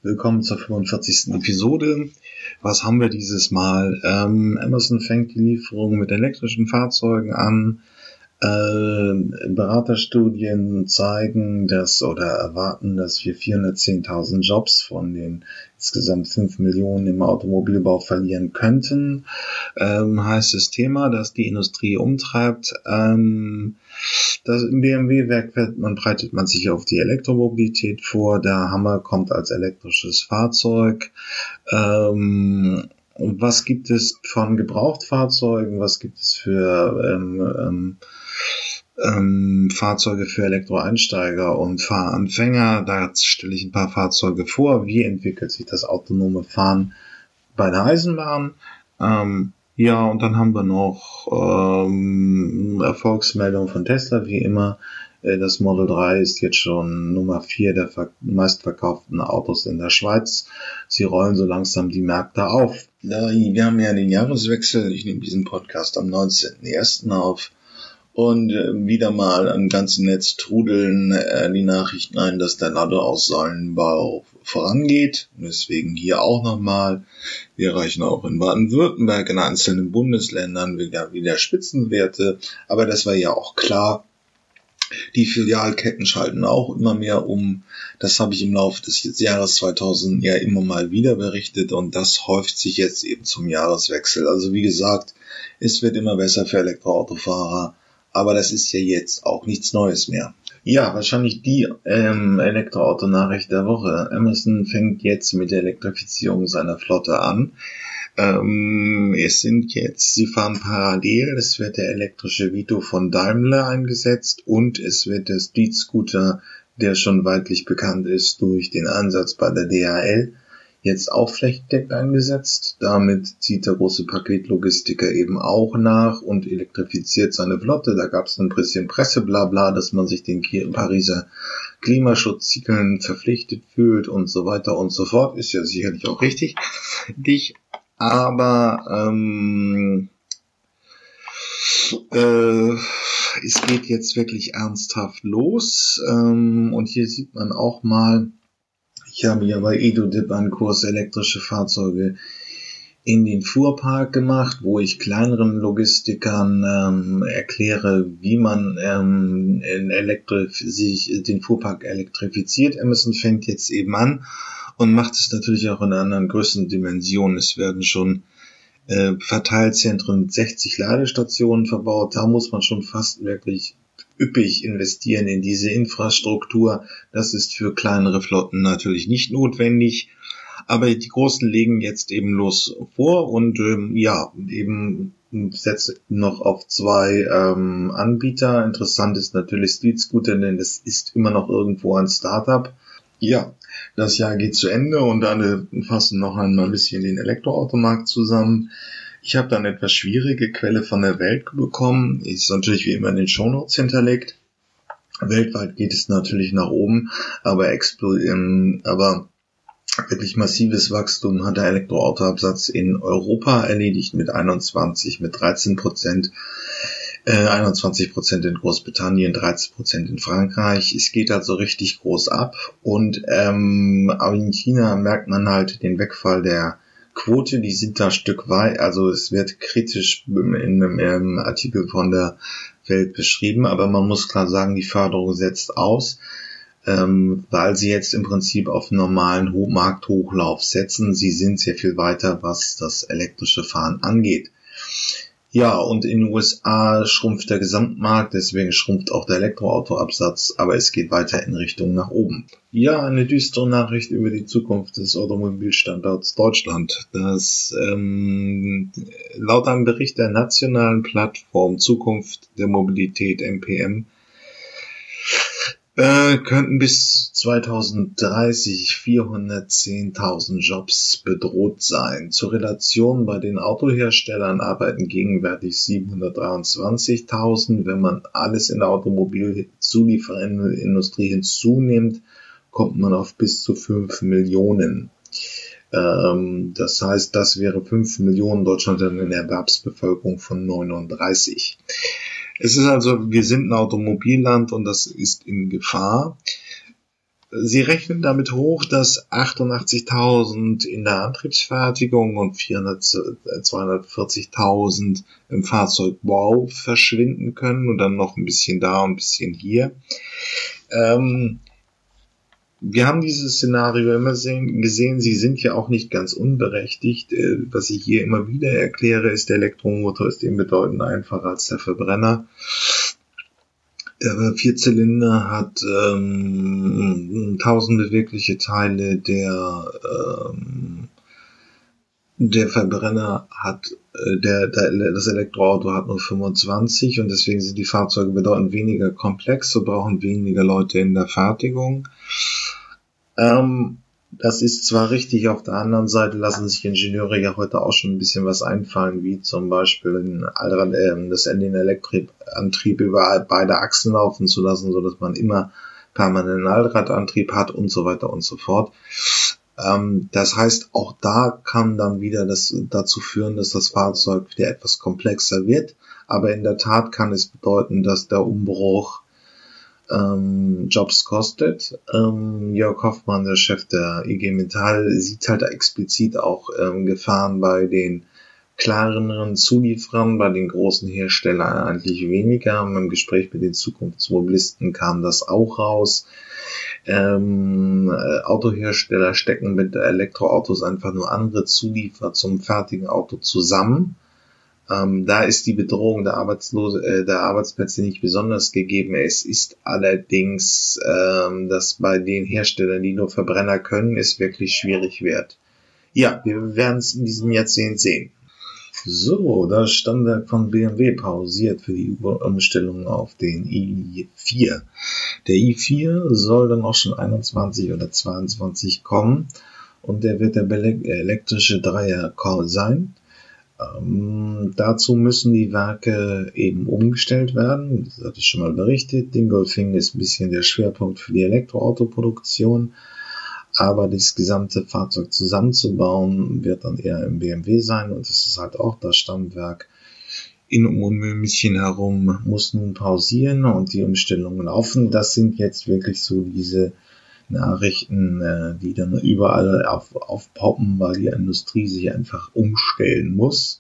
Willkommen zur 45. Episode. Was haben wir dieses Mal? Amazon fängt die Lieferung mit elektrischen Fahrzeugen an. Beraterstudien zeigen erwarten, dass wir 410.000 Jobs von den insgesamt 5 Millionen im Automobilbau verlieren könnten. Heißes Thema, das die Industrie umtreibt. Im BMW-Werk breitet man sich auf die Elektromobilität vor. Der Hummer kommt als elektrisches Fahrzeug. Was gibt es von Gebrauchtfahrzeugen? Was gibt es für Fahrzeuge für Elektroeinsteiger und Fahranfänger? Da stelle ich ein paar Fahrzeuge vor. Wie entwickelt sich das autonome Fahren bei der Eisenbahn? Und dann haben wir noch Erfolgsmeldung von Tesla, wie immer. Das Model 3 ist jetzt schon Nummer 4 der meistverkauften Autos in der Schweiz. Sie rollen so langsam die Märkte auf. Wir haben ja den Jahreswechsel. Ich nehme diesen Podcast am 19.01. auf. Und wieder mal am ganzen Netz trudeln die Nachrichten ein, dass der Ladeaussalenbau vorangeht. Deswegen hier auch nochmal. Wir erreichen auch in Baden-Württemberg, in einzelnen Bundesländern wieder Spitzenwerte. Aber das war ja auch klar. Die Filialketten schalten auch immer mehr um. Das habe ich im Laufe des Jahres 2000 ja immer mal wieder berichtet und das häuft sich jetzt eben zum Jahreswechsel. Also wie gesagt, es wird immer besser für Elektroautofahrer, aber das ist ja jetzt auch nichts Neues mehr. Ja, wahrscheinlich die Elektroautonachricht der Woche. Amazon fängt jetzt mit der Elektrifizierung seiner Flotte an. Sie fahren parallel, es wird der elektrische Vito von Daimler eingesetzt und es wird der Street Scooter, der schon weitlich bekannt ist durch den Einsatz bei der DHL, jetzt auch flächendeckend eingesetzt. Damit zieht der große Paketlogistiker eben auch nach und elektrifiziert seine Flotte. Da gab es ein bisschen Presseblabla, dass man sich den Pariser Klimaschutzzielen verpflichtet fühlt und so weiter und so fort. Ist ja sicherlich auch richtig. Aber es geht jetzt wirklich ernsthaft los. Und hier sieht man auch mal, ich habe ja bei EduDip einen Kurs elektrische Fahrzeuge in den Fuhrpark gemacht, wo ich kleineren Logistikern erkläre, wie man den Fuhrpark elektrifiziert. Amazon fängt jetzt eben an und macht es natürlich auch in einer anderen Größendimension. Es werden schon Verteilzentren mit 60 Ladestationen verbaut. Da muss man schon fast wirklich üppig investieren in diese Infrastruktur. Das ist für kleinere Flotten natürlich nicht notwendig. Aber die Großen legen jetzt eben los vor und eben setzt noch auf 2 Anbieter. Interessant ist natürlich Street Scooter, denn das ist immer noch irgendwo ein Startup. Ja, das Jahr geht zu Ende und alle fassen noch einmal ein bisschen den Elektroautomarkt zusammen. Ich habe da eine etwas schwierige Quelle von der Welt bekommen. Ist natürlich wie immer in den Shownotes hinterlegt. Weltweit geht es natürlich nach oben, aber wirklich massives Wachstum hat der Elektroautoabsatz in Europa erledigt mit 13%. 21% in Großbritannien, 13% in Frankreich. Es geht also richtig groß ab und aber in China merkt man halt den Wegfall der Quote, die sind da ein Stück weit, also es wird kritisch in einem Artikel von der Welt beschrieben, aber man muss klar sagen, die Förderung setzt aus, weil sie jetzt im Prinzip auf normalen Markthochlauf setzen. Sie sind sehr viel weiter, was das elektrische Fahren angeht. Ja, und in den USA schrumpft der Gesamtmarkt, deswegen schrumpft auch der Elektroautoabsatz, aber es geht weiter in Richtung nach oben. Ja, eine düstere Nachricht über die Zukunft des Automobilstandorts Deutschland. Laut einem Bericht der nationalen Plattform Zukunft der Mobilität MPM könnten bis 2030 410.000 Jobs bedroht sein. Zur Relation, bei den Autoherstellern arbeiten gegenwärtig 723.000. Wenn man alles in der Automobilzulieferindustrie hinzunimmt, kommt man auf bis zu 5 Millionen. Das heißt, das wäre 5 Millionen. Deutschland hat eine Erwerbsbevölkerung von 39. Es ist also, wir sind ein Automobilland und das ist in Gefahr. Sie rechnen damit hoch, dass 88.000 in der Antriebsfertigung und 240.000 im Fahrzeugbau verschwinden können und dann noch ein bisschen da und ein bisschen hier. Wir haben dieses Szenario immer gesehen, sie sind ja auch nicht ganz unberechtigt. Was ich hier immer wieder erkläre, ist, der Elektromotor ist eben bedeutend einfacher als der Verbrenner. Der Vierzylinder hat 1000 bewegliche Teile, der Verbrenner hat, das Elektroauto hat nur 25 und deswegen sind die Fahrzeuge bedeutend weniger komplex, so brauchen weniger Leute in der Fertigung. Das ist zwar richtig, auf der anderen Seite lassen sich Ingenieure ja heute auch schon ein bisschen was einfallen, wie zum Beispiel das Ende in Elektroantrieb über beide Achsen laufen zu lassen, so dass man immer permanenten Allradantrieb hat und so weiter und so fort. Das heißt, auch da kann dann wieder das dazu führen, dass das Fahrzeug wieder etwas komplexer wird, aber in der Tat kann es bedeuten, dass der Umbruch Jobs kostet. Jörg Hoffmann, der Chef der IG Metall, sieht halt explizit auch Gefahren bei den kleineren Zulieferern, bei den großen Herstellern eigentlich weniger. Im Gespräch mit den Zukunftsmobilisten kam das auch raus. Autohersteller stecken mit Elektroautos einfach nur andere Zulieferer zum fertigen Auto zusammen. Da ist die Bedrohung der Arbeitsplätze nicht besonders gegeben. Es ist allerdings, dass bei den Herstellern, die nur Verbrenner können, es wirklich schwierig wird. Ja, wir werden es in diesem Jahrzehnt sehen. So, das Stammwerk von BMW pausiert für die Umstellung auf den i4. Der i4 soll dann auch schon 21 oder 22 kommen und der wird der elektrische Dreier sein. Dazu müssen die Werke eben umgestellt werden. Das hatte ich schon mal berichtet. Dingolfing ist ein bisschen der Schwerpunkt für die Elektroautoproduktion. Aber das gesamte Fahrzeug zusammenzubauen wird dann eher im BMW sein. Und das ist halt auch das Stammwerk in München herum muss nun pausieren und die Umstellungen laufen. Das sind jetzt wirklich so diese Nachrichten, die dann überall aufpoppen, weil die Industrie sich einfach umstellen muss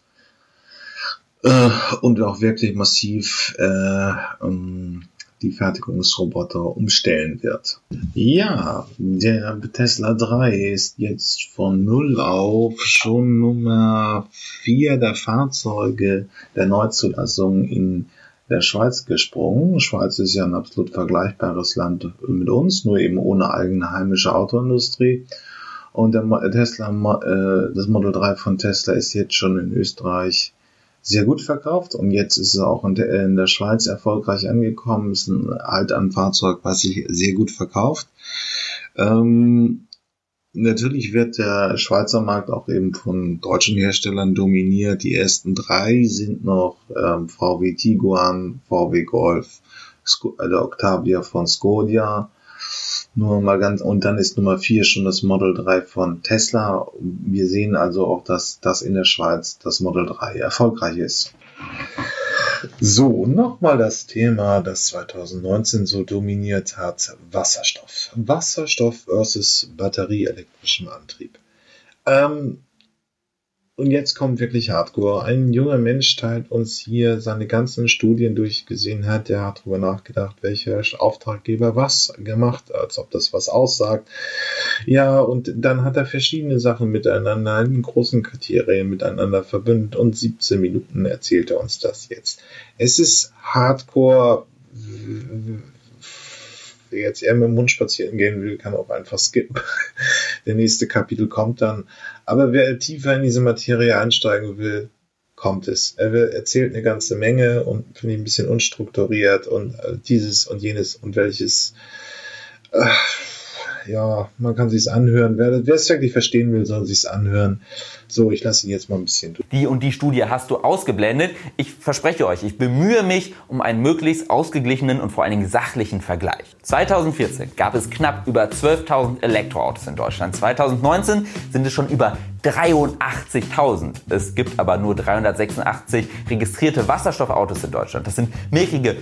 und auch wirklich massiv die Fertigungsroboter umstellen wird. Ja, der Tesla 3 ist jetzt von 0 auf schon Nummer 4 der Fahrzeuge der Neuzulassung in der Schweiz gesprungen. Schweiz ist ja ein absolut vergleichbares Land mit uns, nur eben ohne eigene heimische Autoindustrie. Und das Model 3 von Tesla ist jetzt schon in Österreich sehr gut verkauft und jetzt ist es auch in der Schweiz erfolgreich angekommen. Ist halt ein Fahrzeug, was sich sehr gut verkauft. Natürlich wird der Schweizer Markt auch eben von deutschen Herstellern dominiert. Die ersten 3 sind noch VW Tiguan, VW Golf, der Octavia von Škoda. Und dann ist Nummer 4 schon das Model 3 von Tesla. Wir sehen also auch, dass in der Schweiz das Model 3 erfolgreich ist. So, nochmal das Thema, das 2019 so dominiert hat, Wasserstoff. Wasserstoff versus batterieelektrischem Antrieb. Und jetzt kommt wirklich Hardcore. Ein junger Mensch teilt uns hier seine ganzen Studien durchgesehen hat. Der hat darüber nachgedacht, welcher Auftraggeber was gemacht, als ob das was aussagt. Ja, und dann hat er verschiedene Sachen miteinander, in großen Kriterien miteinander verbündet und 17 Minuten erzählt er uns das jetzt. Es ist Hardcore. Wer jetzt eher mit dem Mund spazieren gehen will, kann auch einfach skippen. Der nächste Kapitel kommt dann. Aber wer tiefer in diese Materie einsteigen will, kommt es. Er erzählt eine ganze Menge und finde ich ein bisschen unstrukturiert und dieses und jenes und welches. Ja, man kann sich's anhören. Wer es wirklich verstehen will, soll sich's anhören. So, ich lasse ihn jetzt mal ein bisschen durch. Die und die Studie hast du ausgeblendet. Ich verspreche euch, ich bemühe mich um einen möglichst ausgeglichenen und vor allen Dingen sachlichen Vergleich. 2014 gab es knapp über 12.000 Elektroautos in Deutschland. 2019 sind es schon über 83.000. Es gibt aber nur 386 registrierte Wasserstoffautos in Deutschland. Das sind mickrige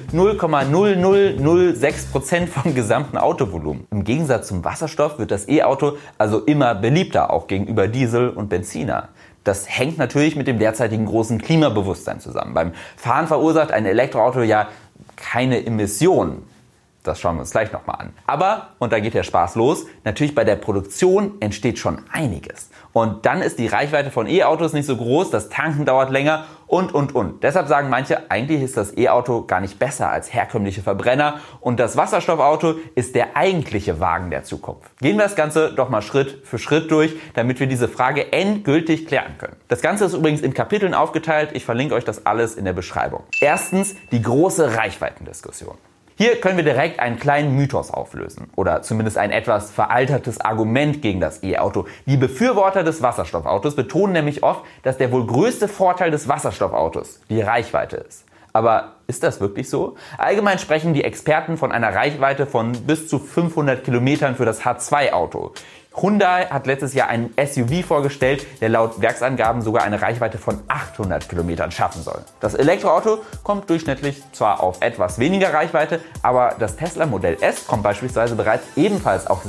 0,0006% vom gesamten Autovolumen. Im Gegensatz zum Wasserstoff wird das E-Auto also immer beliebter, auch gegenüber Diesel und Benziner. Das hängt natürlich mit dem derzeitigen großen Klimabewusstsein zusammen. Beim Fahren verursacht ein Elektroauto ja keine Emissionen. Das schauen wir uns gleich nochmal an. Aber, und da geht der Spaß los, natürlich bei der Produktion entsteht schon einiges. Und dann ist die Reichweite von E-Autos nicht so groß, das Tanken dauert länger und. Deshalb sagen manche, eigentlich ist das E-Auto gar nicht besser als herkömmliche Verbrenner und das Wasserstoffauto ist der eigentliche Wagen der Zukunft. Gehen wir das Ganze doch mal Schritt für Schritt durch, damit wir diese Frage endgültig klären können. Das Ganze ist übrigens in Kapiteln aufgeteilt, ich verlinke euch das alles in der Beschreibung. Erstens die große Reichweitendiskussion. Hier können wir direkt einen kleinen Mythos auflösen oder zumindest ein etwas veraltertes Argument gegen das E-Auto. Die Befürworter des Wasserstoffautos betonen nämlich oft, dass der wohl größte Vorteil des Wasserstoffautos die Reichweite ist. Aber ist das wirklich so? Allgemein sprechen die Experten von einer Reichweite von bis zu 500 Kilometern für das H2-Auto. Hyundai hat letztes Jahr einen SUV vorgestellt, der laut Werksangaben sogar eine Reichweite von 800 Kilometern schaffen soll. Das Elektroauto kommt durchschnittlich zwar auf etwas weniger Reichweite, aber das Tesla Modell S kommt beispielsweise bereits ebenfalls auf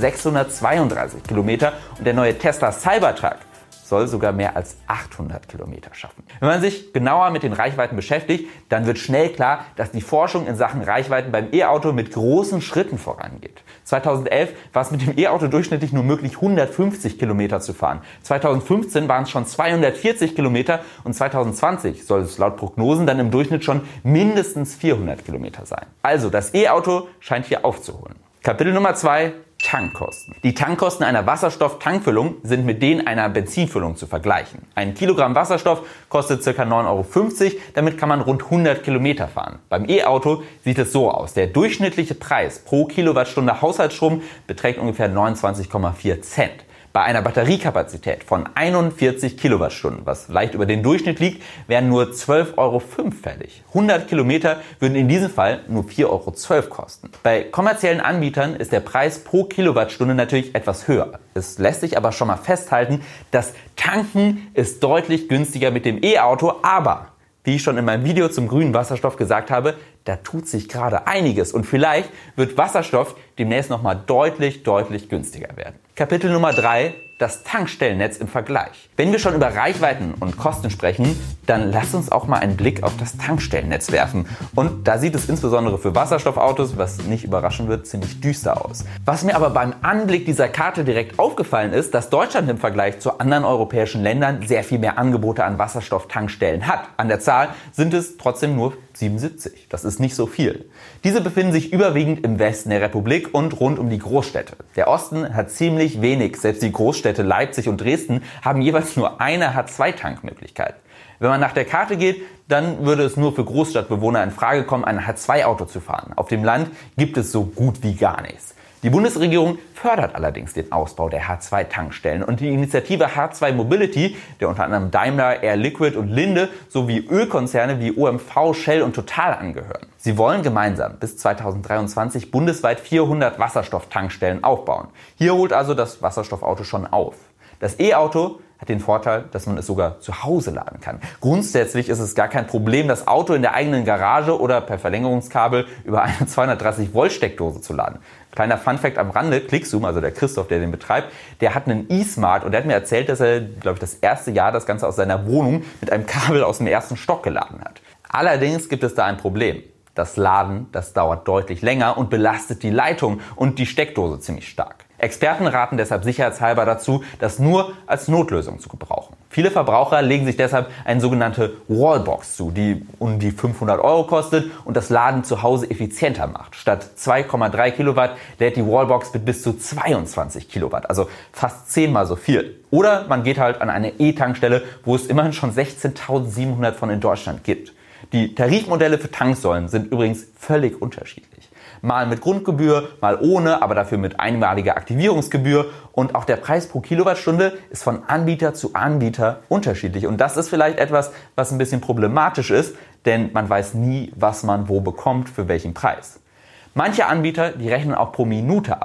632 Kilometer und der neue Tesla Cybertruck soll sogar mehr als 800 Kilometer schaffen. Wenn man sich genauer mit den Reichweiten beschäftigt, dann wird schnell klar, dass die Forschung in Sachen Reichweiten beim E-Auto mit großen Schritten vorangeht. 2011 war es mit dem E-Auto durchschnittlich nur möglich, 150 Kilometer zu fahren. 2015 waren es schon 240 Kilometer und 2020 soll es laut Prognosen dann im Durchschnitt schon mindestens 400 Kilometer sein. Also das E-Auto scheint hier aufzuholen. Kapitel Nummer 2. Tankkosten. Die Tankkosten einer Wasserstoff-Tankfüllung sind mit denen einer Benzinfüllung zu vergleichen. Ein Kilogramm Wasserstoff kostet ca. 9,50 €, damit kann man rund 100 Kilometer fahren. Beim E-Auto sieht es so aus. Der durchschnittliche Preis pro Kilowattstunde Haushaltsstrom beträgt ungefähr 29,4 Cent. Bei einer Batteriekapazität von 41 Kilowattstunden, was leicht über den Durchschnitt liegt, wären nur 12,05 € fällig. 100 Kilometer würden in diesem Fall nur 4,12 € kosten. Bei kommerziellen Anbietern ist der Preis pro Kilowattstunde natürlich etwas höher. Es lässt sich aber schon mal festhalten, das Tanken ist deutlich günstiger mit dem E-Auto, aber wie ich schon in meinem Video zum grünen Wasserstoff gesagt habe, da tut sich gerade einiges und vielleicht wird Wasserstoff demnächst nochmal deutlich günstiger werden. Kapitel Nummer 3, das Tankstellennetz im Vergleich. Wenn wir schon über Reichweiten und Kosten sprechen, dann lasst uns auch mal einen Blick auf das Tankstellennetz werfen. Und da sieht es insbesondere für Wasserstoffautos, was nicht überraschen wird, ziemlich düster aus. Was mir aber beim Anblick dieser Karte direkt aufgefallen ist, dass Deutschland im Vergleich zu anderen europäischen Ländern sehr viel mehr Angebote an Wasserstofftankstellen hat. An der Zahl sind es trotzdem nur 77. Das ist nicht so viel. Diese befinden sich überwiegend im Westen der Republik und rund um die Großstädte. Der Osten hat ziemlich wenig. Selbst die Großstädte Leipzig und Dresden haben jeweils nur eine H2-Tankmöglichkeit. Wenn man nach der Karte geht, dann würde es nur für Großstadtbewohner in Frage kommen, ein H2-Auto zu fahren. Auf dem Land gibt es so gut wie gar nichts. Die Bundesregierung fördert allerdings den Ausbau der H2-Tankstellen und die Initiative H2 Mobility, der unter anderem Daimler, Air Liquid und Linde sowie Ölkonzerne wie OMV, Shell und Total angehören. Sie wollen gemeinsam bis 2023 bundesweit 400 Wasserstofftankstellen aufbauen. Hier holt also das Wasserstoffauto schon auf. Das E-Auto hat den Vorteil, dass man es sogar zu Hause laden kann. Grundsätzlich ist es gar kein Problem, das Auto in der eigenen Garage oder per Verlängerungskabel über eine 230-Volt-Steckdose zu laden. Kleiner Funfact am Rande, Clickzoom, also der Christoph, der den betreibt, der hat einen eSmart und der hat mir erzählt, dass er, glaube ich, das erste Jahr das Ganze aus seiner Wohnung mit einem Kabel aus dem ersten Stock geladen hat. Allerdings gibt es da ein Problem. Das Laden, das dauert deutlich länger und belastet die Leitung und die Steckdose ziemlich stark. Experten raten deshalb sicherheitshalber dazu, das nur als Notlösung zu gebrauchen. Viele Verbraucher legen sich deshalb eine sogenannte Wallbox zu, die um die 500 € kostet und das Laden zu Hause effizienter macht. Statt 2,3 Kilowatt lädt die Wallbox mit bis zu 22 Kilowatt, also fast 10-mal so viel. Oder man geht halt an eine E-Tankstelle, wo es immerhin schon 16.700 von in Deutschland gibt. Die Tarifmodelle für Tanksäulen sind übrigens völlig unterschiedlich. Mal mit Grundgebühr, mal ohne, aber dafür mit einmaliger Aktivierungsgebühr. Und auch der Preis pro Kilowattstunde ist von Anbieter zu Anbieter unterschiedlich. Und das ist vielleicht etwas, was ein bisschen problematisch ist, denn man weiß nie, was man wo bekommt, für welchen Preis. Manche Anbieter, die rechnen auch pro Minute ab.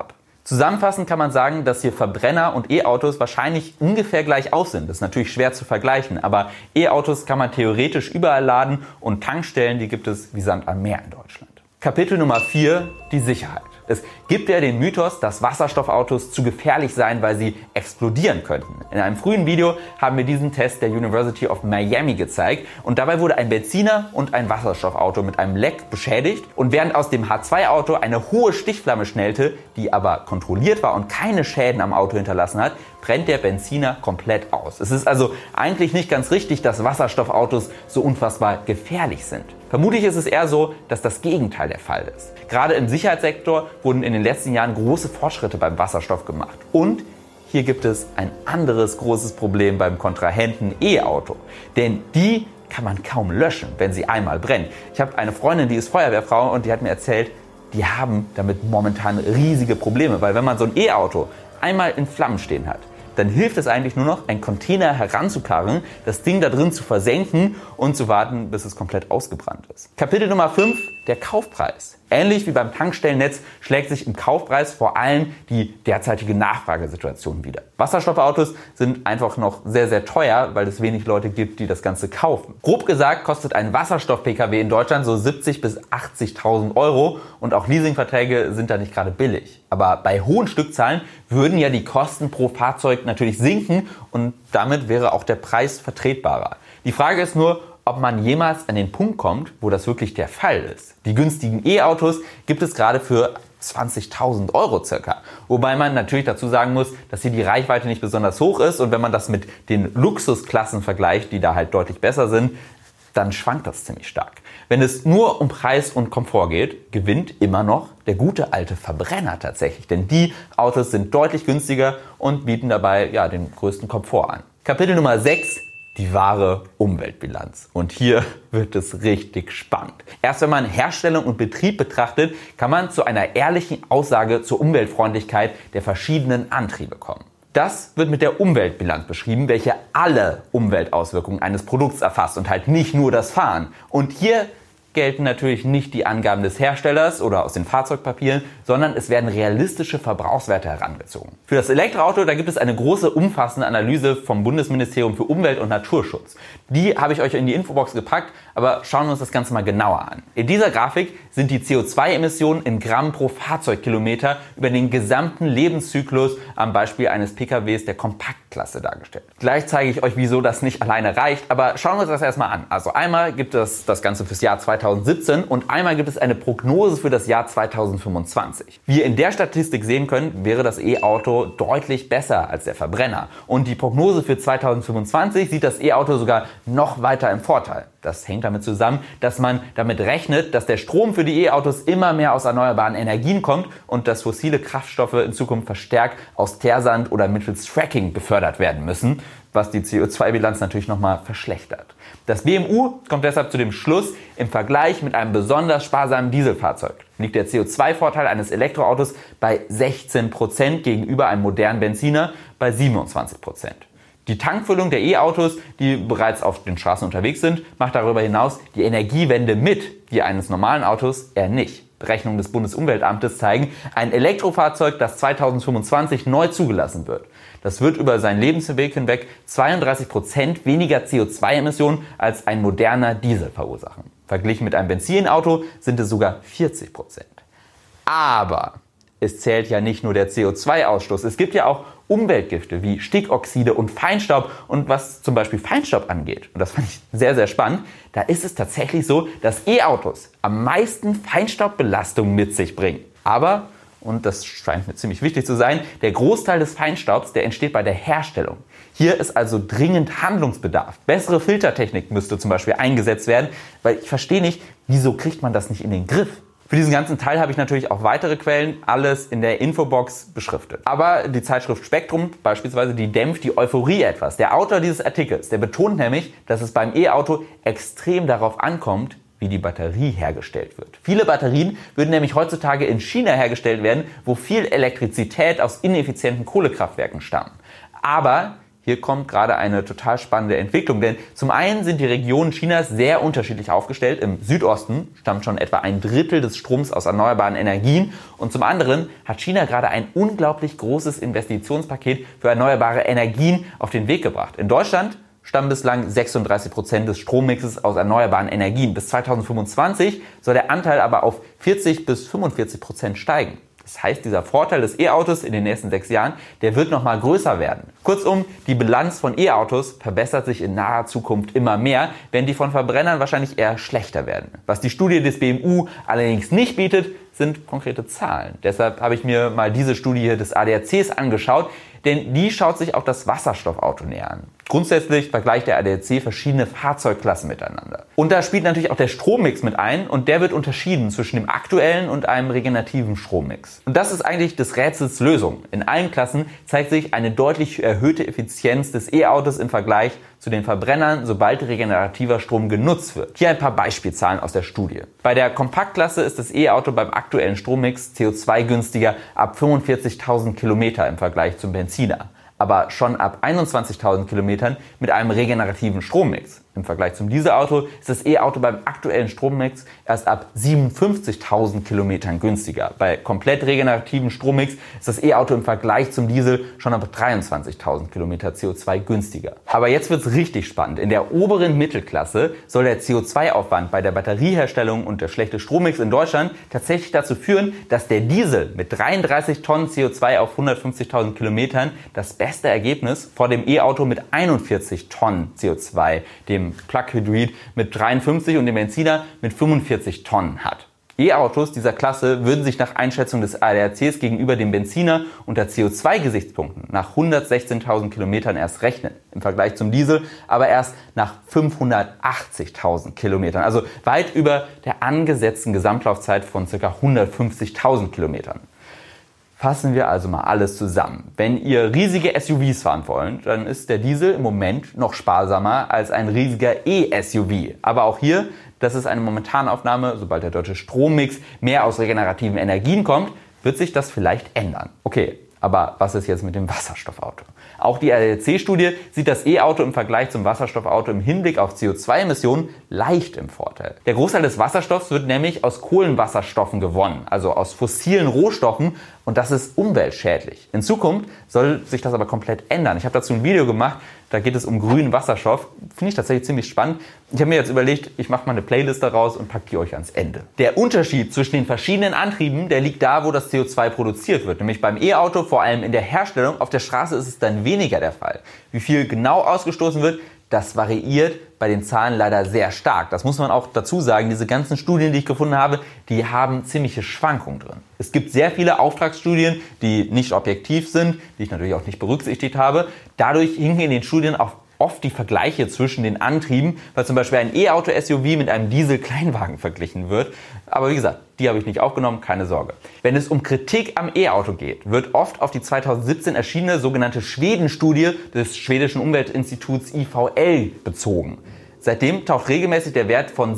Zusammenfassend kann man sagen, dass hier Verbrenner und E-Autos wahrscheinlich ungefähr gleich aus sind. Das ist natürlich schwer zu vergleichen, aber E-Autos kann man theoretisch überall laden und Tankstellen, die gibt es wie Sand am Meer in Deutschland. Kapitel Nummer 4, die Sicherheit. Es gibt ja den Mythos, dass Wasserstoffautos zu gefährlich seien, weil sie explodieren könnten. In einem frühen Video haben wir diesen Test der University of Miami gezeigt und dabei wurde ein Benziner und ein Wasserstoffauto mit einem Leck beschädigt und während aus dem H2-Auto eine hohe Stichflamme schnellte, die aber kontrolliert war und keine Schäden am Auto hinterlassen hat, brennt der Benziner komplett aus. Es ist also eigentlich nicht ganz richtig, dass Wasserstoffautos so unfassbar gefährlich sind. Vermutlich ist es eher so, dass das Gegenteil der Fall ist. Gerade im Sicherheitssektor wurden in den letzten Jahren große Fortschritte beim Wasserstoff gemacht. Und hier gibt es ein anderes großes Problem beim Kontrahenten E-Auto. Denn die kann man kaum löschen, wenn sie einmal brennt. Ich habe eine Freundin, die ist Feuerwehrfrau und die hat mir erzählt, die haben damit momentan riesige Probleme. Weil wenn man so ein E-Auto einmal in Flammen stehen hat, dann hilft es eigentlich nur noch, einen Container heranzukarren, das Ding da drin zu versenken und zu warten, bis es komplett ausgebrannt ist. Kapitel Nummer 5, der Kaufpreis. Ähnlich wie beim Tankstellennetz schlägt sich im Kaufpreis vor allem die derzeitige Nachfragesituation wider. Wasserstoffautos sind einfach noch sehr, sehr teuer, weil es wenig Leute gibt, die das Ganze kaufen. Grob gesagt kostet ein Wasserstoff-Pkw in Deutschland so 70.000 bis 80.000 Euro und auch Leasingverträge sind da nicht gerade billig. Aber bei hohen Stückzahlen würden ja die Kosten pro Fahrzeug natürlich sinken und damit wäre auch der Preis vertretbarer. Die Frage ist nur, ob man jemals an den Punkt kommt, wo das wirklich der Fall ist. Die günstigen E-Autos gibt es gerade für 20.000 Euro circa. Wobei man natürlich dazu sagen muss, dass hier die Reichweite nicht besonders hoch ist und wenn man das mit den Luxusklassen vergleicht, die da halt deutlich besser sind, dann schwankt das ziemlich stark. Wenn es nur um Preis und Komfort geht, gewinnt immer noch der gute alte Verbrenner tatsächlich. Denn die Autos sind deutlich günstiger und bieten dabei ja den größten Komfort an. Kapitel Nummer 6. Die wahre Umweltbilanz. Und hier wird es richtig spannend. Erst wenn man Herstellung und Betrieb betrachtet, kann man zu einer ehrlichen Aussage zur Umweltfreundlichkeit der verschiedenen Antriebe kommen. Das wird mit der Umweltbilanz beschrieben, welche alle Umweltauswirkungen eines Produkts erfasst und halt nicht nur das Fahren. Und hier gelten natürlich nicht die Angaben des Herstellers oder aus den Fahrzeugpapieren, sondern es werden realistische Verbrauchswerte herangezogen. Für das Elektroauto, da gibt es eine große, umfassende Analyse vom Bundesministerium für Umwelt und Naturschutz. Die habe ich euch in die Infobox gepackt, aber schauen wir uns das Ganze mal genauer an. In dieser Grafik sind die CO2-Emissionen in Gramm pro Fahrzeugkilometer über den gesamten Lebenszyklus am Beispiel eines PKWs der Kompaktklasse dargestellt. Gleich zeige ich euch, wieso das nicht alleine reicht, aber schauen wir uns das erstmal an. Also einmal gibt es das Ganze fürs Jahr 2017 und einmal gibt es eine Prognose für das Jahr 2025. Wie ihr in der Statistik sehen könnt, wäre das E-Auto deutlich besser als der Verbrenner. Und die Prognose für 2025 sieht das E-Auto sogar noch weiter im Vorteil. Das hängt damit zusammen, dass man damit rechnet, dass der Strom für die E-Autos immer mehr aus erneuerbaren Energien kommt und dass fossile Kraftstoffe in Zukunft verstärkt aus Teersand oder mittels Fracking befördert werden müssen, was die CO2-Bilanz natürlich nochmal verschlechtert. Das BMU kommt deshalb zu dem Schluss, im Vergleich mit einem besonders sparsamen Dieselfahrzeug liegt der CO2-Vorteil eines Elektroautos bei 16% gegenüber einem modernen Benziner bei 27%. Die Tankfüllung der E-Autos, die bereits auf den Straßen unterwegs sind, macht darüber hinaus die Energiewende mit, die eines normalen Autos eher nicht. Berechnungen des Bundesumweltamtes zeigen, ein Elektrofahrzeug, das 2025 neu zugelassen wird. Das wird über seinen Lebensweg hinweg 32% weniger CO2-Emissionen als ein moderner Diesel verursachen. Verglichen mit einem Benzinauto sind es sogar 40%. Aber es zählt ja nicht nur der CO2-Ausstoß. Es gibt ja auch Umweltgifte wie Stickoxide und Feinstaub. Und was zum Beispiel Feinstaub angeht, und das fand ich sehr, sehr spannend, da ist es tatsächlich so, dass E-Autos am meisten Feinstaubbelastung mit sich bringen. Aber, und das scheint mir ziemlich wichtig zu sein, der Großteil des Feinstaubs, der entsteht bei der Herstellung. Hier ist also dringend Handlungsbedarf. Bessere Filtertechnik müsste zum Beispiel eingesetzt werden, weil ich verstehe nicht, wieso kriegt man das nicht in den Griff? Für diesen ganzen Teil habe ich natürlich auch weitere Quellen, alles in der Infobox beschriftet. Aber die Zeitschrift Spektrum beispielsweise, die dämpft die Euphorie etwas. Der Autor dieses Artikels, der betont nämlich, dass es beim E-Auto extrem darauf ankommt, wie die Batterie hergestellt wird. Viele Batterien würden nämlich heutzutage in China hergestellt werden, wo viel Elektrizität aus ineffizienten Kohlekraftwerken stammen. Aber Hier kommt gerade eine total spannende Entwicklung, denn zum einen sind die Regionen Chinas sehr unterschiedlich aufgestellt. Im Südosten stammt schon etwa ein Drittel des Stroms aus erneuerbaren Energien und zum anderen hat China gerade ein unglaublich großes Investitionspaket für erneuerbare Energien auf den Weg gebracht. In Deutschland stammen bislang 36% des Strommixes aus erneuerbaren Energien. Bis 2025 soll der Anteil aber auf 40 bis 45% steigen. Das heißt, dieser Vorteil des E-Autos in den nächsten 6 Jahren, der wird nochmal größer werden. Kurzum, die Bilanz von E-Autos verbessert sich in naher Zukunft immer mehr, während die von Verbrennern wahrscheinlich eher schlechter werden. Was die Studie des BMU allerdings nicht bietet, sind konkrete Zahlen. Deshalb habe ich mir mal diese Studie des ADACs angeschaut, denn die schaut sich auch das Wasserstoffauto näher an. Grundsätzlich vergleicht der ADAC verschiedene Fahrzeugklassen miteinander. Und da spielt natürlich auch der Strommix mit ein und der wird unterschieden zwischen dem aktuellen und einem regenerativen Strommix. Und das ist eigentlich des Rätsels Lösung. In allen Klassen zeigt sich eine deutlich erhöhte Effizienz des E-Autos im Vergleich zu den Verbrennern, sobald regenerativer Strom genutzt wird. Hier ein paar Beispielzahlen aus der Studie. Bei der Kompaktklasse ist das E-Auto beim aktuellen Strommix CO2-günstiger ab 45.000 Kilometer im Vergleich zum Benziner, aber schon ab 21.000 Kilometern mit einem regenerativen Strommix. Im Vergleich zum Dieselauto ist das E-Auto beim aktuellen Strommix erst ab 57.000 Kilometern günstiger. Bei komplett regenerativen Strommix ist das E-Auto im Vergleich zum Diesel schon ab 23.000 Kilometer CO2 günstiger. Aber jetzt wird's richtig spannend. In der oberen Mittelklasse soll der CO2-Aufwand bei der Batterieherstellung und der schlechte Strommix in Deutschland tatsächlich dazu führen, dass der Diesel mit 33 Tonnen CO2 auf 150.000 Kilometern das beste Ergebnis vor dem E-Auto mit 41 Tonnen CO2, dem Plug-Hybrid mit 53 und dem Benziner mit 45 Tonnen hat. E-Autos dieser Klasse würden sich nach Einschätzung des ADACs gegenüber dem Benziner unter CO2-Gesichtspunkten nach 116.000 Kilometern erst rechnen. Im Vergleich zum Diesel aber erst nach 580.000 Kilometern. Also weit über der angesetzten Gesamtlaufzeit von ca. 150.000 Kilometern. Fassen wir also mal alles zusammen. Wenn ihr riesige SUVs fahren wollt, dann ist der Diesel im Moment noch sparsamer als ein riesiger E-SUV. Aber auch hier, das ist eine Momentanaufnahme, sobald der deutsche Strommix mehr aus regenerativen Energien kommt, wird sich das vielleicht ändern. Okay, aber was ist jetzt mit dem Wasserstoffauto? Auch die ADAC-Studie sieht das E-Auto im Vergleich zum Wasserstoffauto im Hinblick auf CO2-Emissionen leicht im Vorteil. Der Großteil des Wasserstoffs wird nämlich aus Kohlenwasserstoffen gewonnen, also aus fossilen Rohstoffen, und das ist umweltschädlich. In Zukunft soll sich das aber komplett ändern. Ich habe dazu ein Video gemacht, da geht es um grünen Wasserstoff. Finde ich tatsächlich ziemlich spannend. Ich habe mir jetzt überlegt, ich mache mal eine Playlist daraus und packe die euch ans Ende. Der Unterschied zwischen den verschiedenen Antrieben, der liegt da, wo das CO2 produziert wird. Nämlich beim E-Auto, vor allem in der Herstellung. Auf der Straße ist es dann weniger der Fall. Wie viel genau ausgestoßen wird, das variiert bei den Zahlen leider sehr stark. Das muss man auch dazu sagen. Diese ganzen Studien, die ich gefunden habe, die haben ziemliche Schwankungen drin. Es gibt sehr viele Auftragsstudien, die nicht objektiv sind, die ich natürlich auch nicht berücksichtigt habe. Dadurch hinken in den Studien auch oft die Vergleiche zwischen den Antrieben, weil zum Beispiel ein E-Auto-SUV mit einem Diesel-Kleinwagen verglichen wird. Aber wie gesagt, die habe ich nicht aufgenommen, keine Sorge. Wenn es um Kritik am E-Auto geht, wird oft auf die 2017 erschienene sogenannte Schweden-Studie des schwedischen Umweltinstituts IVL bezogen. Seitdem taucht regelmäßig der Wert von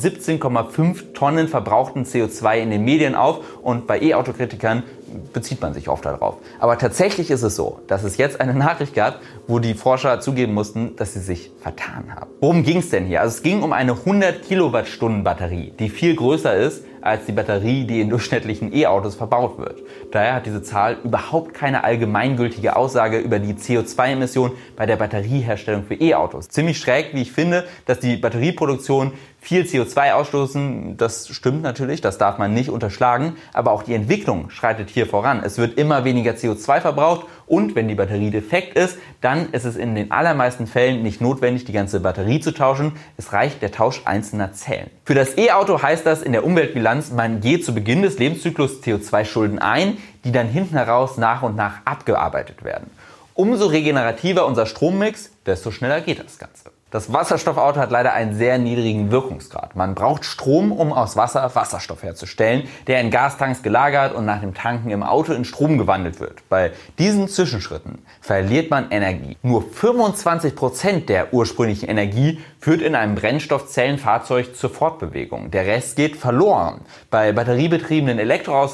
17,5 Tonnen verbrauchten CO2 in den Medien auf und bei E-Auto-Kritikern bezieht man sich oft darauf. Aber tatsächlich ist es so, dass es jetzt eine Nachricht gab, wo die Forscher zugeben mussten, dass sie sich vertan haben. Worum ging es denn hier? Also es ging um eine 100 Kilowattstunden Batterie, die viel größer ist als die Batterie, die in durchschnittlichen E-Autos verbaut wird. Daher hat diese Zahl überhaupt keine allgemeingültige Aussage über die CO2-Emissionen bei der Batterieherstellung für E-Autos. Ziemlich schräg, wie ich finde, dass die Batterieproduktion viel CO2 ausstoßen, das stimmt natürlich, das darf man nicht unterschlagen, aber auch die Entwicklung schreitet hier voran. Es wird immer weniger CO2 verbraucht und wenn die Batterie defekt ist, dann ist es in den allermeisten Fällen nicht notwendig, die ganze Batterie zu tauschen. Es reicht der Tausch einzelner Zellen. Für das E-Auto heißt das in der Umweltbilanz, man geht zu Beginn des Lebenszyklus CO2-Schulden ein, die dann hinten heraus nach und nach abgearbeitet werden. Umso regenerativer unser Strommix, desto schneller geht das Ganze. Das Wasserstoffauto hat leider einen sehr niedrigen Wirkungsgrad. Man braucht Strom, um aus Wasser Wasserstoff herzustellen, der in Gastanks gelagert und nach dem Tanken im Auto in Strom gewandelt wird. Bei diesen Zwischenschritten verliert man Energie. Nur 25% der ursprünglichen Energie führt in einem Brennstoffzellenfahrzeug zur Fortbewegung. Der Rest geht verloren. Bei batteriebetriebenen Elektroautos,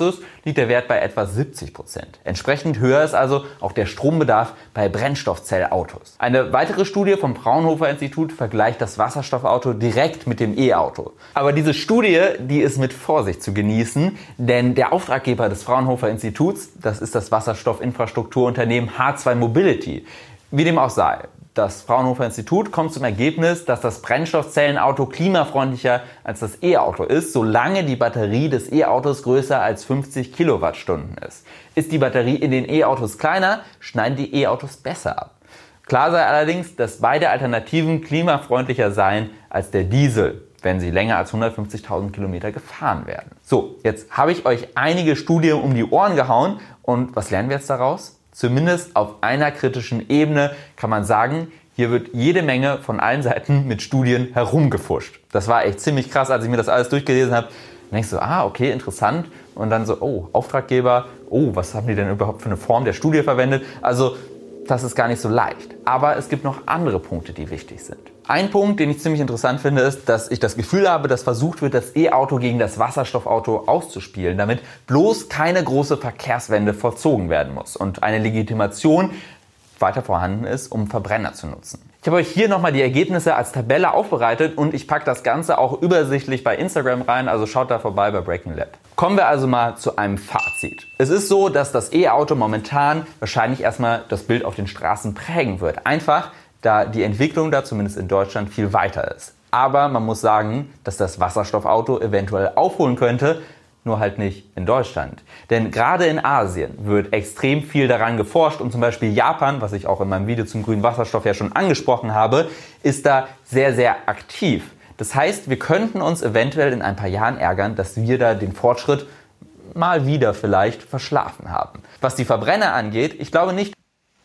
liegt der Wert bei etwa 70%. Entsprechend höher ist also auch der Strombedarf bei Brennstoffzellautos. Eine weitere Studie vom Fraunhofer Institut vergleicht das Wasserstoffauto direkt mit dem E-Auto. Aber diese Studie, die ist mit Vorsicht zu genießen, denn der Auftraggeber des Fraunhofer Instituts, das ist das Wasserstoffinfrastrukturunternehmen H2 Mobility. Wie dem auch sei. Das Fraunhofer Institut kommt zum Ergebnis, dass das Brennstoffzellenauto klimafreundlicher als das E-Auto ist, solange die Batterie des E-Autos größer als 50 Kilowattstunden ist. Ist die Batterie in den E-Autos kleiner, schneiden die E-Autos besser ab. Klar sei allerdings, dass beide Alternativen klimafreundlicher seien als der Diesel, wenn sie länger als 150.000 Kilometer gefahren werden. So, jetzt habe ich euch einige Studien um die Ohren gehauen und was lernen wir jetzt daraus? Zumindest auf einer kritischen Ebene kann man sagen, hier wird jede Menge von allen Seiten mit Studien herumgefuscht. Das war echt ziemlich krass, als ich mir das alles durchgelesen habe. Dann denkst du, okay, interessant. Und dann so, Auftraggeber, was haben die denn überhaupt für eine Form der Studie verwendet? Also, das ist gar nicht so leicht. Aber es gibt noch andere Punkte, die wichtig sind. Ein Punkt, den ich ziemlich interessant finde, ist, dass ich das Gefühl habe, dass versucht wird, das E-Auto gegen das Wasserstoffauto auszuspielen, damit bloß keine große Verkehrswende vollzogen werden muss und eine Legitimation weiter vorhanden ist, um Verbrenner zu nutzen. Ich habe euch hier nochmal die Ergebnisse als Tabelle aufbereitet und ich packe das Ganze auch übersichtlich bei Instagram rein, also schaut da vorbei bei Breaking Lab. Kommen wir also mal zu einem Fazit. Es ist so, dass das E-Auto momentan wahrscheinlich erstmal das Bild auf den Straßen prägen wird. Einfach, da die Entwicklung da zumindest in Deutschland viel weiter ist. Aber man muss sagen, dass das Wasserstoffauto eventuell aufholen könnte, nur halt nicht in Deutschland. Denn gerade in Asien wird extrem viel daran geforscht und zum Beispiel Japan, was ich auch in meinem Video zum grünen Wasserstoff ja schon angesprochen habe, ist da sehr, sehr aktiv. Das heißt, wir könnten uns eventuell in ein paar Jahren ärgern, dass wir da den Fortschritt mal wieder vielleicht verschlafen haben. Was die Verbrenner angeht, ich glaube nicht.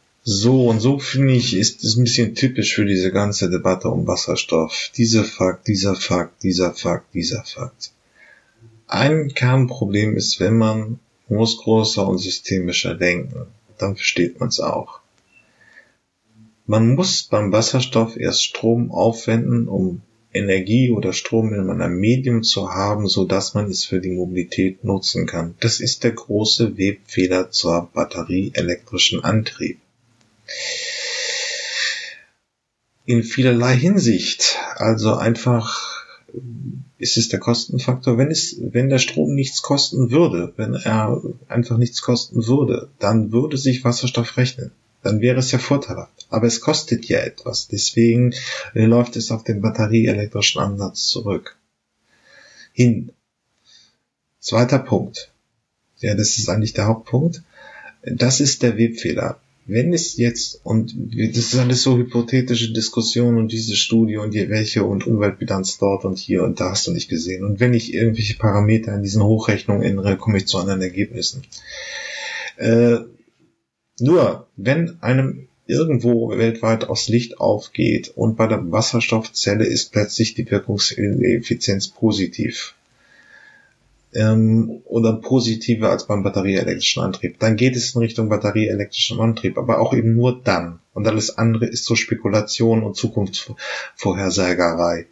So, und so finde ich, ist es ein bisschen typisch für diese ganze Debatte um Wasserstoff. Dieser Fakt, dieser Fakt, dieser Fakt, dieser Fakt. Ein Kernproblem ist, man muss größer und systemischer denken. Dann versteht man es auch. Man muss beim Wasserstoff erst Strom aufwenden, um Energie oder Strom in einem Medium zu haben, so dass man es für die Mobilität nutzen kann. Das ist der große Webfehler zur batterieelektrischen Antrieb. In vielerlei Hinsicht. Also einfach ist es der Kostenfaktor. Wenn der Strom nichts kosten würde, wenn er einfach nichts kosten würde, dann würde sich Wasserstoff rechnen. Dann wäre es ja vorteilhaft. Aber es kostet ja etwas. Deswegen läuft es auf den batterieelektrischen Ansatz zurück. Zweiter Punkt. Ja, das ist eigentlich der Hauptpunkt. Das ist der Webfehler. Wenn es jetzt, und das ist alles so hypothetische Diskussion und diese Studie und welche und Umweltbilanz dort und hier und da hast du nicht gesehen. Und wenn ich irgendwelche Parameter in diesen Hochrechnungen ändere, komme ich zu anderen Ergebnissen. Nur, wenn einem irgendwo weltweit aus Licht aufgeht und bei der Wasserstoffzelle ist plötzlich die Wirkungseffizienz positiv, oder positiver als beim batterieelektrischen Antrieb, dann geht es in Richtung batterieelektrischen Antrieb, aber auch eben nur dann. Und alles andere ist so Spekulation und Zukunftsvorhersagerei.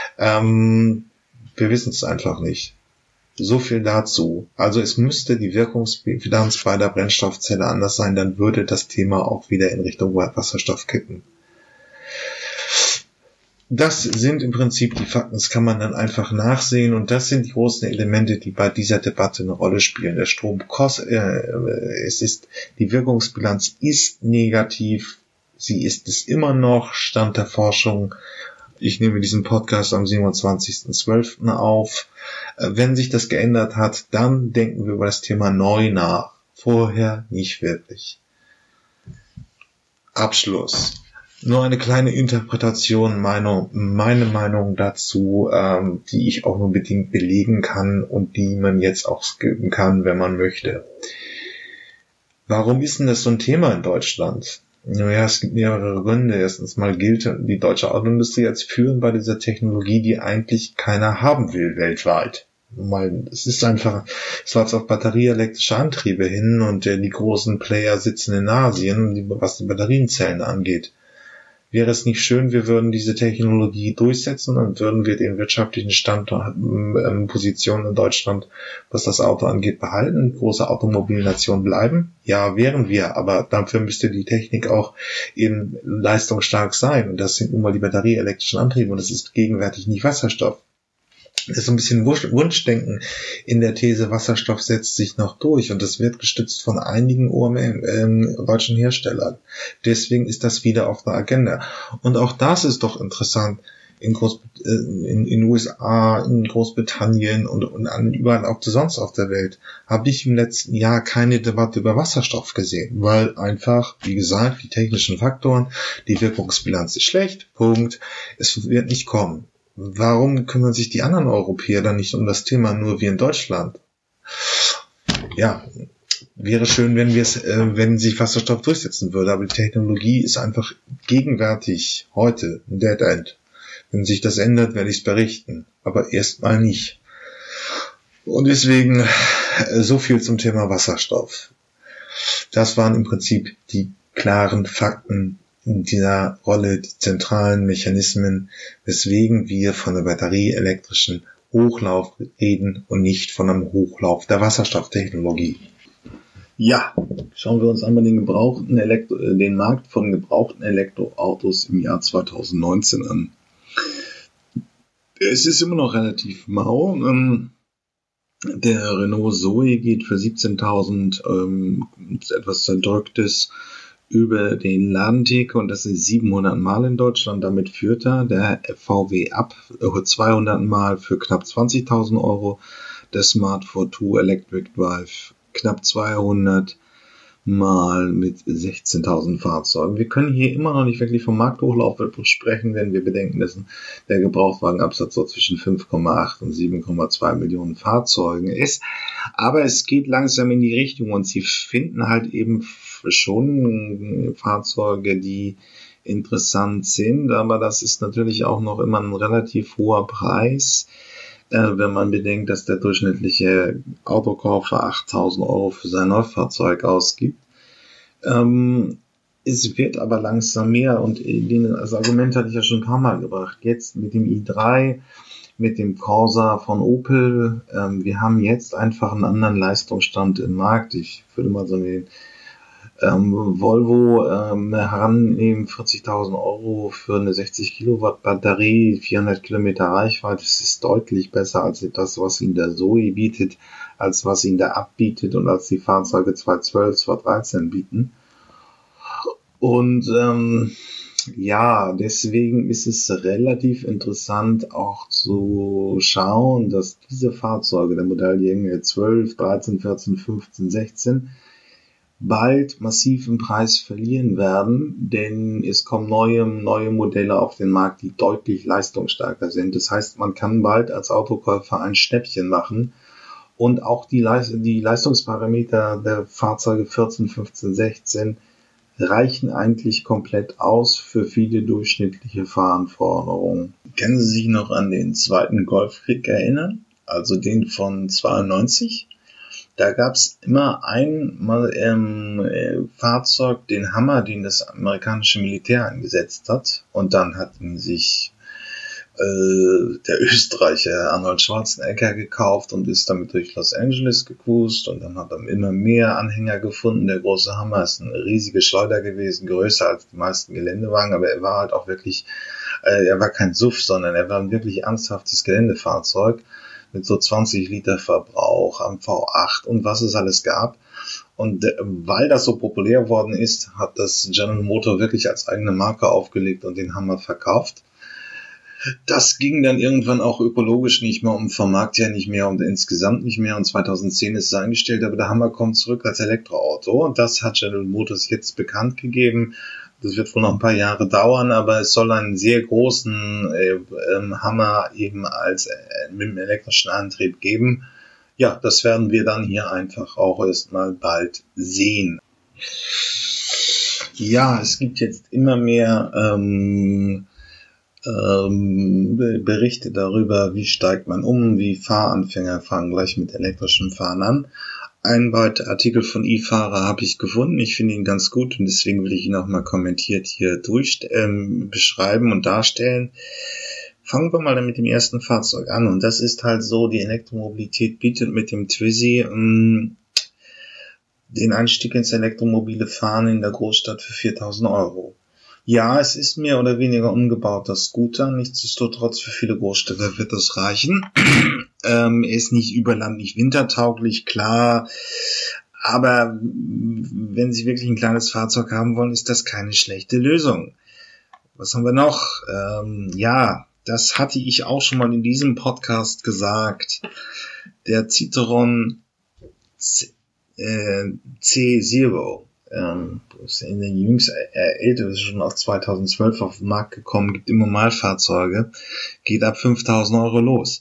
Wir wissen es einfach nicht. So viel dazu. Also es müsste die Wirkungsbilanz bei der Brennstoffzelle anders sein, dann würde das Thema auch wieder in Richtung Wasserstoff kippen. Das sind im Prinzip die Fakten, das kann man dann einfach nachsehen und das sind die großen Elemente, die bei dieser Debatte eine Rolle spielen. Der Strom die Wirkungsbilanz ist negativ, sie ist es immer noch, Stand der Forschung. Ich nehme diesen Podcast am 27.12. auf. Wenn sich das geändert hat, dann denken wir über das Thema neu nach. Vorher nicht wirklich. Abschluss. Nur eine kleine Interpretation, meine Meinung dazu, die ich auch nur bedingt belegen kann und die man jetzt auch skippen kann, wenn man möchte. Warum ist denn das so ein Thema in Deutschland? Naja, es gibt mehrere Gründe. Erstens mal gilt die deutsche Autoindustrie als führend bei dieser Technologie, die eigentlich keiner haben will weltweit. Es ist einfach, es läuft auf batterieelektrische Antriebe hin und die großen Player sitzen in Asien, was die Batterienzellen angeht. Wäre es nicht schön, wir würden diese Technologie durchsetzen und würden wir den wirtschaftlichen Standort, Position in Deutschland, was das Auto angeht, behalten, große Automobilnation bleiben? Ja, wären wir, aber dafür müsste die Technik auch eben leistungsstark sein. Und das sind nun mal die batterieelektrischen Antriebe und das ist gegenwärtig nicht Wasserstoff. Das ist so ein bisschen Wunschdenken in der These, Wasserstoff setzt sich noch durch und das wird gestützt von einigen deutschen Herstellern. Deswegen ist das wieder auf der Agenda. Und auch das ist doch interessant. In USA, in Großbritannien und überall auch sonst auf der Welt habe ich im letzten Jahr keine Debatte über Wasserstoff gesehen, weil einfach, wie gesagt, die technischen Faktoren, die Wirkungsbilanz ist schlecht, Punkt, es wird nicht kommen. Warum kümmern sich die anderen Europäer dann nicht um das Thema, nur wir in Deutschland? Ja, wäre schön, wenn sich Wasserstoff durchsetzen würde, aber die Technologie ist einfach gegenwärtig heute ein Dead End. Wenn sich das ändert, werde ich es berichten, aber erstmal nicht. Und deswegen so viel zum Thema Wasserstoff. Das waren im Prinzip die klaren Fakten in dieser Rolle, die zentralen Mechanismen, weswegen wir von der batterieelektrischen Hochlauf reden und nicht von einem Hochlauf der Wasserstofftechnologie. Ja, schauen wir uns einmal den Markt von gebrauchten Elektroautos im Jahr 2019 an. Es ist immer noch relativ mau. Der Renault Zoe geht für 17.000 etwas zerdrücktes über den Ladentick und das ist 700 Mal in Deutschland. Damit führt er. Der VW Up 200 Mal für knapp 20.000 Euro. Der Smart Fortwo Electric Drive knapp 200 Mal mit 16.000 Fahrzeugen. Wir können hier immer noch nicht wirklich vom Markthochlauf sprechen, wenn wir bedenken, dass der Gebrauchtwagenabsatz so zwischen 5,8 und 7,2 Millionen Fahrzeugen ist. Aber es geht langsam in die Richtung und sie finden halt eben schon Fahrzeuge, die interessant sind, aber das ist natürlich auch noch immer ein relativ hoher Preis, wenn man bedenkt, dass der durchschnittliche Autokäufer 8.000 Euro für sein Neufahrzeug ausgibt. Es wird aber langsam mehr und das Argument hatte ich ja schon ein paar Mal gebracht. Jetzt mit dem i3, mit dem Corsa von Opel, wir haben jetzt einfach einen anderen Leistungsstand im Markt. Ich würde mal so den Volvo herannehmen, 40.000 Euro für eine 60 Kilowatt Batterie, 400 Kilometer Reichweite. Das ist deutlich besser als das, was Ihnen der Zoe bietet, als was Ihnen der Up bietet und als die Fahrzeuge 2012, 2013 bieten. Und ja, deswegen ist es relativ interessant auch zu schauen, dass diese Fahrzeuge der Modelljahre 12, 13, 14, 15, 16 bald massiv im Preis verlieren werden, denn es kommen neue Modelle auf den Markt, die deutlich leistungsstärker sind. Das heißt, man kann bald als Autokäufer ein Schnäppchen machen und auch die Leistungsparameter der Fahrzeuge 14, 15, 16 reichen eigentlich komplett aus für viele durchschnittliche Fahranforderungen. Können Sie sich noch an den zweiten Golfkrieg erinnern? Also den von 92? Da gab's immer ein Fahrzeug, den Hammer, den das amerikanische Militär eingesetzt hat. Und dann hatten sich der Österreicher Arnold Schwarzenegger gekauft und ist damit durch Los Angeles gecruised. Und dann hat er immer mehr Anhänger gefunden. Der große Hammer ist eine riesige Schleuder gewesen, größer als die meisten Geländewagen. Aber er war halt auch wirklich, er war kein SUV, sondern er war ein wirklich ernsthaftes Geländefahrzeug mit so 20 Liter Verbrauch am V8 und was es alles gab. Und weil das so populär worden ist, hat das General Motors wirklich als eigene Marke aufgelegt und den Hammer verkauft. Das ging dann irgendwann auch ökologisch nicht mehr um, vom Markt her nicht mehr und insgesamt nicht mehr. Und 2010 ist es eingestellt, aber der Hammer kommt zurück als Elektroauto. Und das hat General Motors jetzt bekannt gegeben. Das wird wohl noch ein paar Jahre dauern, aber es soll einen sehr großen Hammer eben als mit dem elektrischen Antrieb geben. Ja, das werden wir dann hier einfach auch erstmal bald sehen. Ja, es gibt jetzt immer mehr Berichte darüber, wie steigt man um, wie Fahranfänger fangen gleich mit elektrischem Fahren an. Einen weiteren Artikel von iFahrer habe ich gefunden. Ich finde ihn ganz gut und deswegen will ich ihn auch mal kommentiert hier beschreiben und darstellen. Fangen wir mal mit dem ersten Fahrzeug an. Und das ist halt so, die Elektromobilität bietet mit dem Twizy den Einstieg ins elektromobile Fahren in der Großstadt für 4.000 Euro. Ja, es ist mehr oder weniger umgebauter Scooter. Nichtsdestotrotz für viele Großstädter wird das reichen. Er ist nicht Überland, nicht wintertauglich, klar. Aber wenn Sie wirklich ein kleines Fahrzeug haben wollen, ist das keine schlechte Lösung. Was haben wir noch? Das hatte ich auch schon mal in diesem Podcast gesagt. Der Citroën C0 ist in der jüngst älter, ist schon auf 2012 auf den Markt gekommen, gibt immer Malfahrzeuge, geht ab 5.000 Euro los.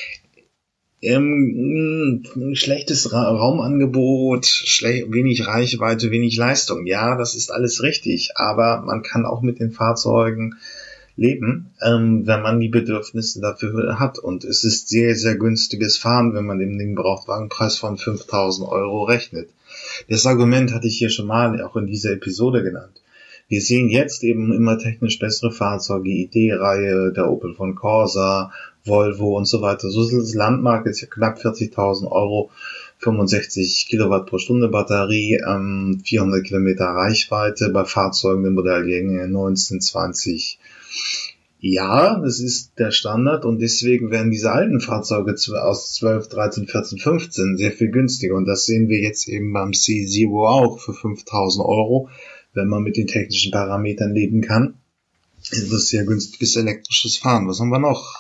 Schlechtes Raumangebot, wenig Reichweite, wenig Leistung. Ja, das ist alles richtig, aber man kann auch mit den Fahrzeugen leben, wenn man die Bedürfnisse dafür hat. Und es ist sehr, sehr günstiges Fahren, wenn man den Gebrauchtwagenpreis von 5.000 Euro rechnet. Das Argument hatte ich hier schon mal auch in dieser Episode genannt. Wir sehen jetzt eben immer technisch bessere Fahrzeuge, ID-Reihe, der Opel von Corsa, Volvo und so weiter. So ist das Landmarke, ist ja knapp 40.000 Euro, 65 Kilowatt pro Stunde Batterie, 400 Kilometer Reichweite bei Fahrzeugen der Modelljahre 19, 20. Ja, das ist der Standard und deswegen werden diese alten Fahrzeuge aus 12, 13, 14, 15 sehr viel günstiger. Und das sehen wir jetzt eben beim C0 auch für 5.000 Euro. Wenn man mit den technischen Parametern leben kann, ist das sehr günstiges elektrisches Fahren. Was haben wir noch?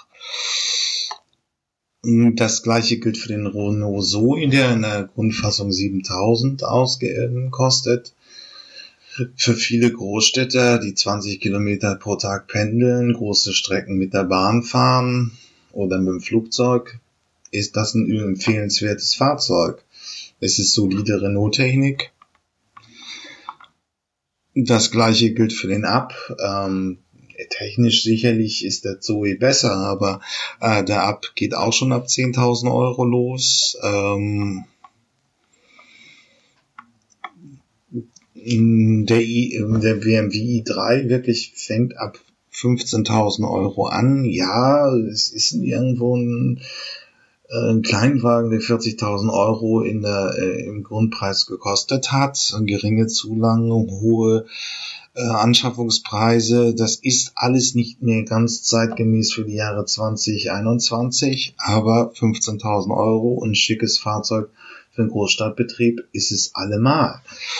Das gleiche gilt für den Renault Zoe, der in der Grundfassung 7.000 kostet. Für viele Großstädter, die 20 Kilometer pro Tag pendeln, große Strecken mit der Bahn fahren oder mit dem Flugzeug, ist das ein empfehlenswertes Fahrzeug. Es ist solide Renault-Technik. Das gleiche gilt für den Up. Technisch sicherlich ist der Zoe besser, aber der Up geht auch schon ab 10.000 Euro los. Der BMW i3 wirklich fängt ab 15.000 Euro an. Ja, es ist irgendwo ein Kleinwagen, der 40.000 Euro im Grundpreis gekostet hat. Geringe Zulagen, hohe Anschaffungspreise. Das ist alles nicht mehr ganz zeitgemäß für die Jahre 2021, aber 15.000 Euro und ein schickes Fahrzeug für einen Großstadtbetrieb ist es allemal.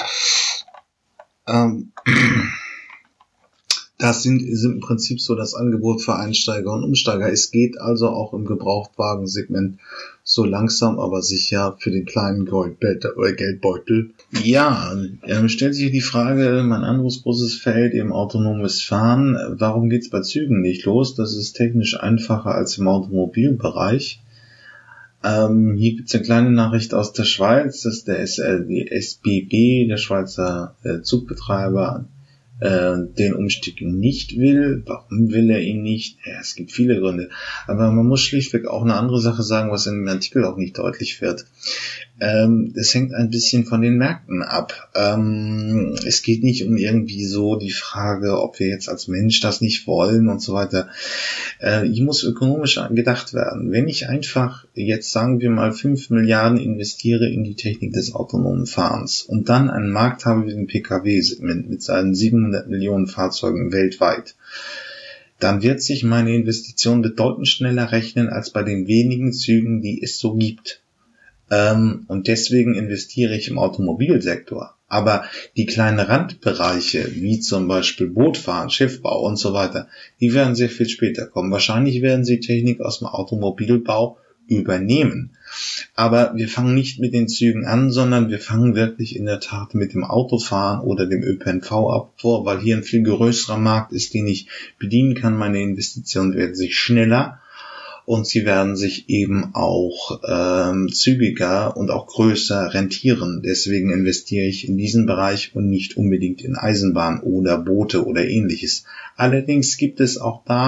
Das ist im Prinzip so das Angebot für Einsteiger und Umsteiger. Es geht also auch im Gebrauchtwagensegment so langsam, aber sicher für den kleinen Geldbeutel. Ja, stellt sich die Frage, mein anderes großes Feld, eben autonomes Fahren. Warum geht's bei Zügen nicht los? Das ist technisch einfacher als im Automobilbereich. Hier gibt's eine kleine Nachricht aus der Schweiz, dass die SBB, der Schweizer Zugbetreiber, den Umstieg nicht will. Warum will er ihn nicht? Ja, es gibt viele Gründe. Aber man muss schlichtweg auch eine andere Sache sagen, was in dem Artikel auch nicht deutlich wird. Das hängt ein bisschen von den Märkten ab. Es geht nicht um irgendwie so die Frage, ob wir jetzt als Mensch das nicht wollen und so weiter. Hier muss ökonomisch gedacht werden. Wenn ich einfach jetzt, sagen wir mal, 5 Milliarden investiere in die Technik des autonomen Fahrens und dann einen Markt habe wie den Pkw-Segment mit seinen 700 Millionen Fahrzeugen weltweit, dann wird sich meine Investition bedeutend schneller rechnen als bei den wenigen Zügen, die es so gibt. Und deswegen investiere ich im Automobilsektor. Aber die kleinen Randbereiche, wie zum Beispiel Bootfahren, Schiffbau und so weiter, die werden sehr viel später kommen. Wahrscheinlich werden sie Technik aus dem Automobilbau übernehmen. Aber wir fangen nicht mit den Zügen an, sondern wir fangen wirklich in der Tat mit dem Autofahren oder dem ÖPNV ab vor, weil hier ein viel größerer Markt ist, den ich bedienen kann. Meine Investitionen werden sich schneller und sie werden sich eben auch zügiger und auch größer rentieren. Deswegen investiere ich in diesen Bereich und nicht unbedingt in Eisenbahn oder Boote oder ähnliches. Allerdings gibt es auch da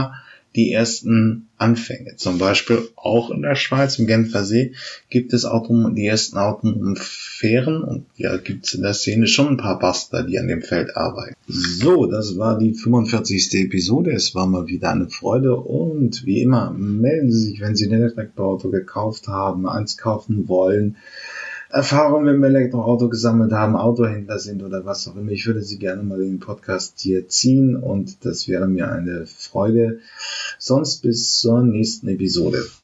die ersten Anfänge. Zum Beispiel auch in der Schweiz, im Genfer See, gibt es die ersten Autofähren und ja, gibt es in der Szene schon ein paar Bastler, die an dem Feld arbeiten. So, das war die 45. Episode. Es war mal wieder eine Freude und wie immer, melden Sie sich, wenn Sie ein Elektroauto gekauft haben, eins kaufen wollen, Erfahrungen mit dem Elektroauto gesammelt haben, Autohändler sind oder was auch immer. Ich würde Sie gerne mal in den Podcast hier ziehen und das wäre mir eine Freude. Sonst bis zur nächsten Episode.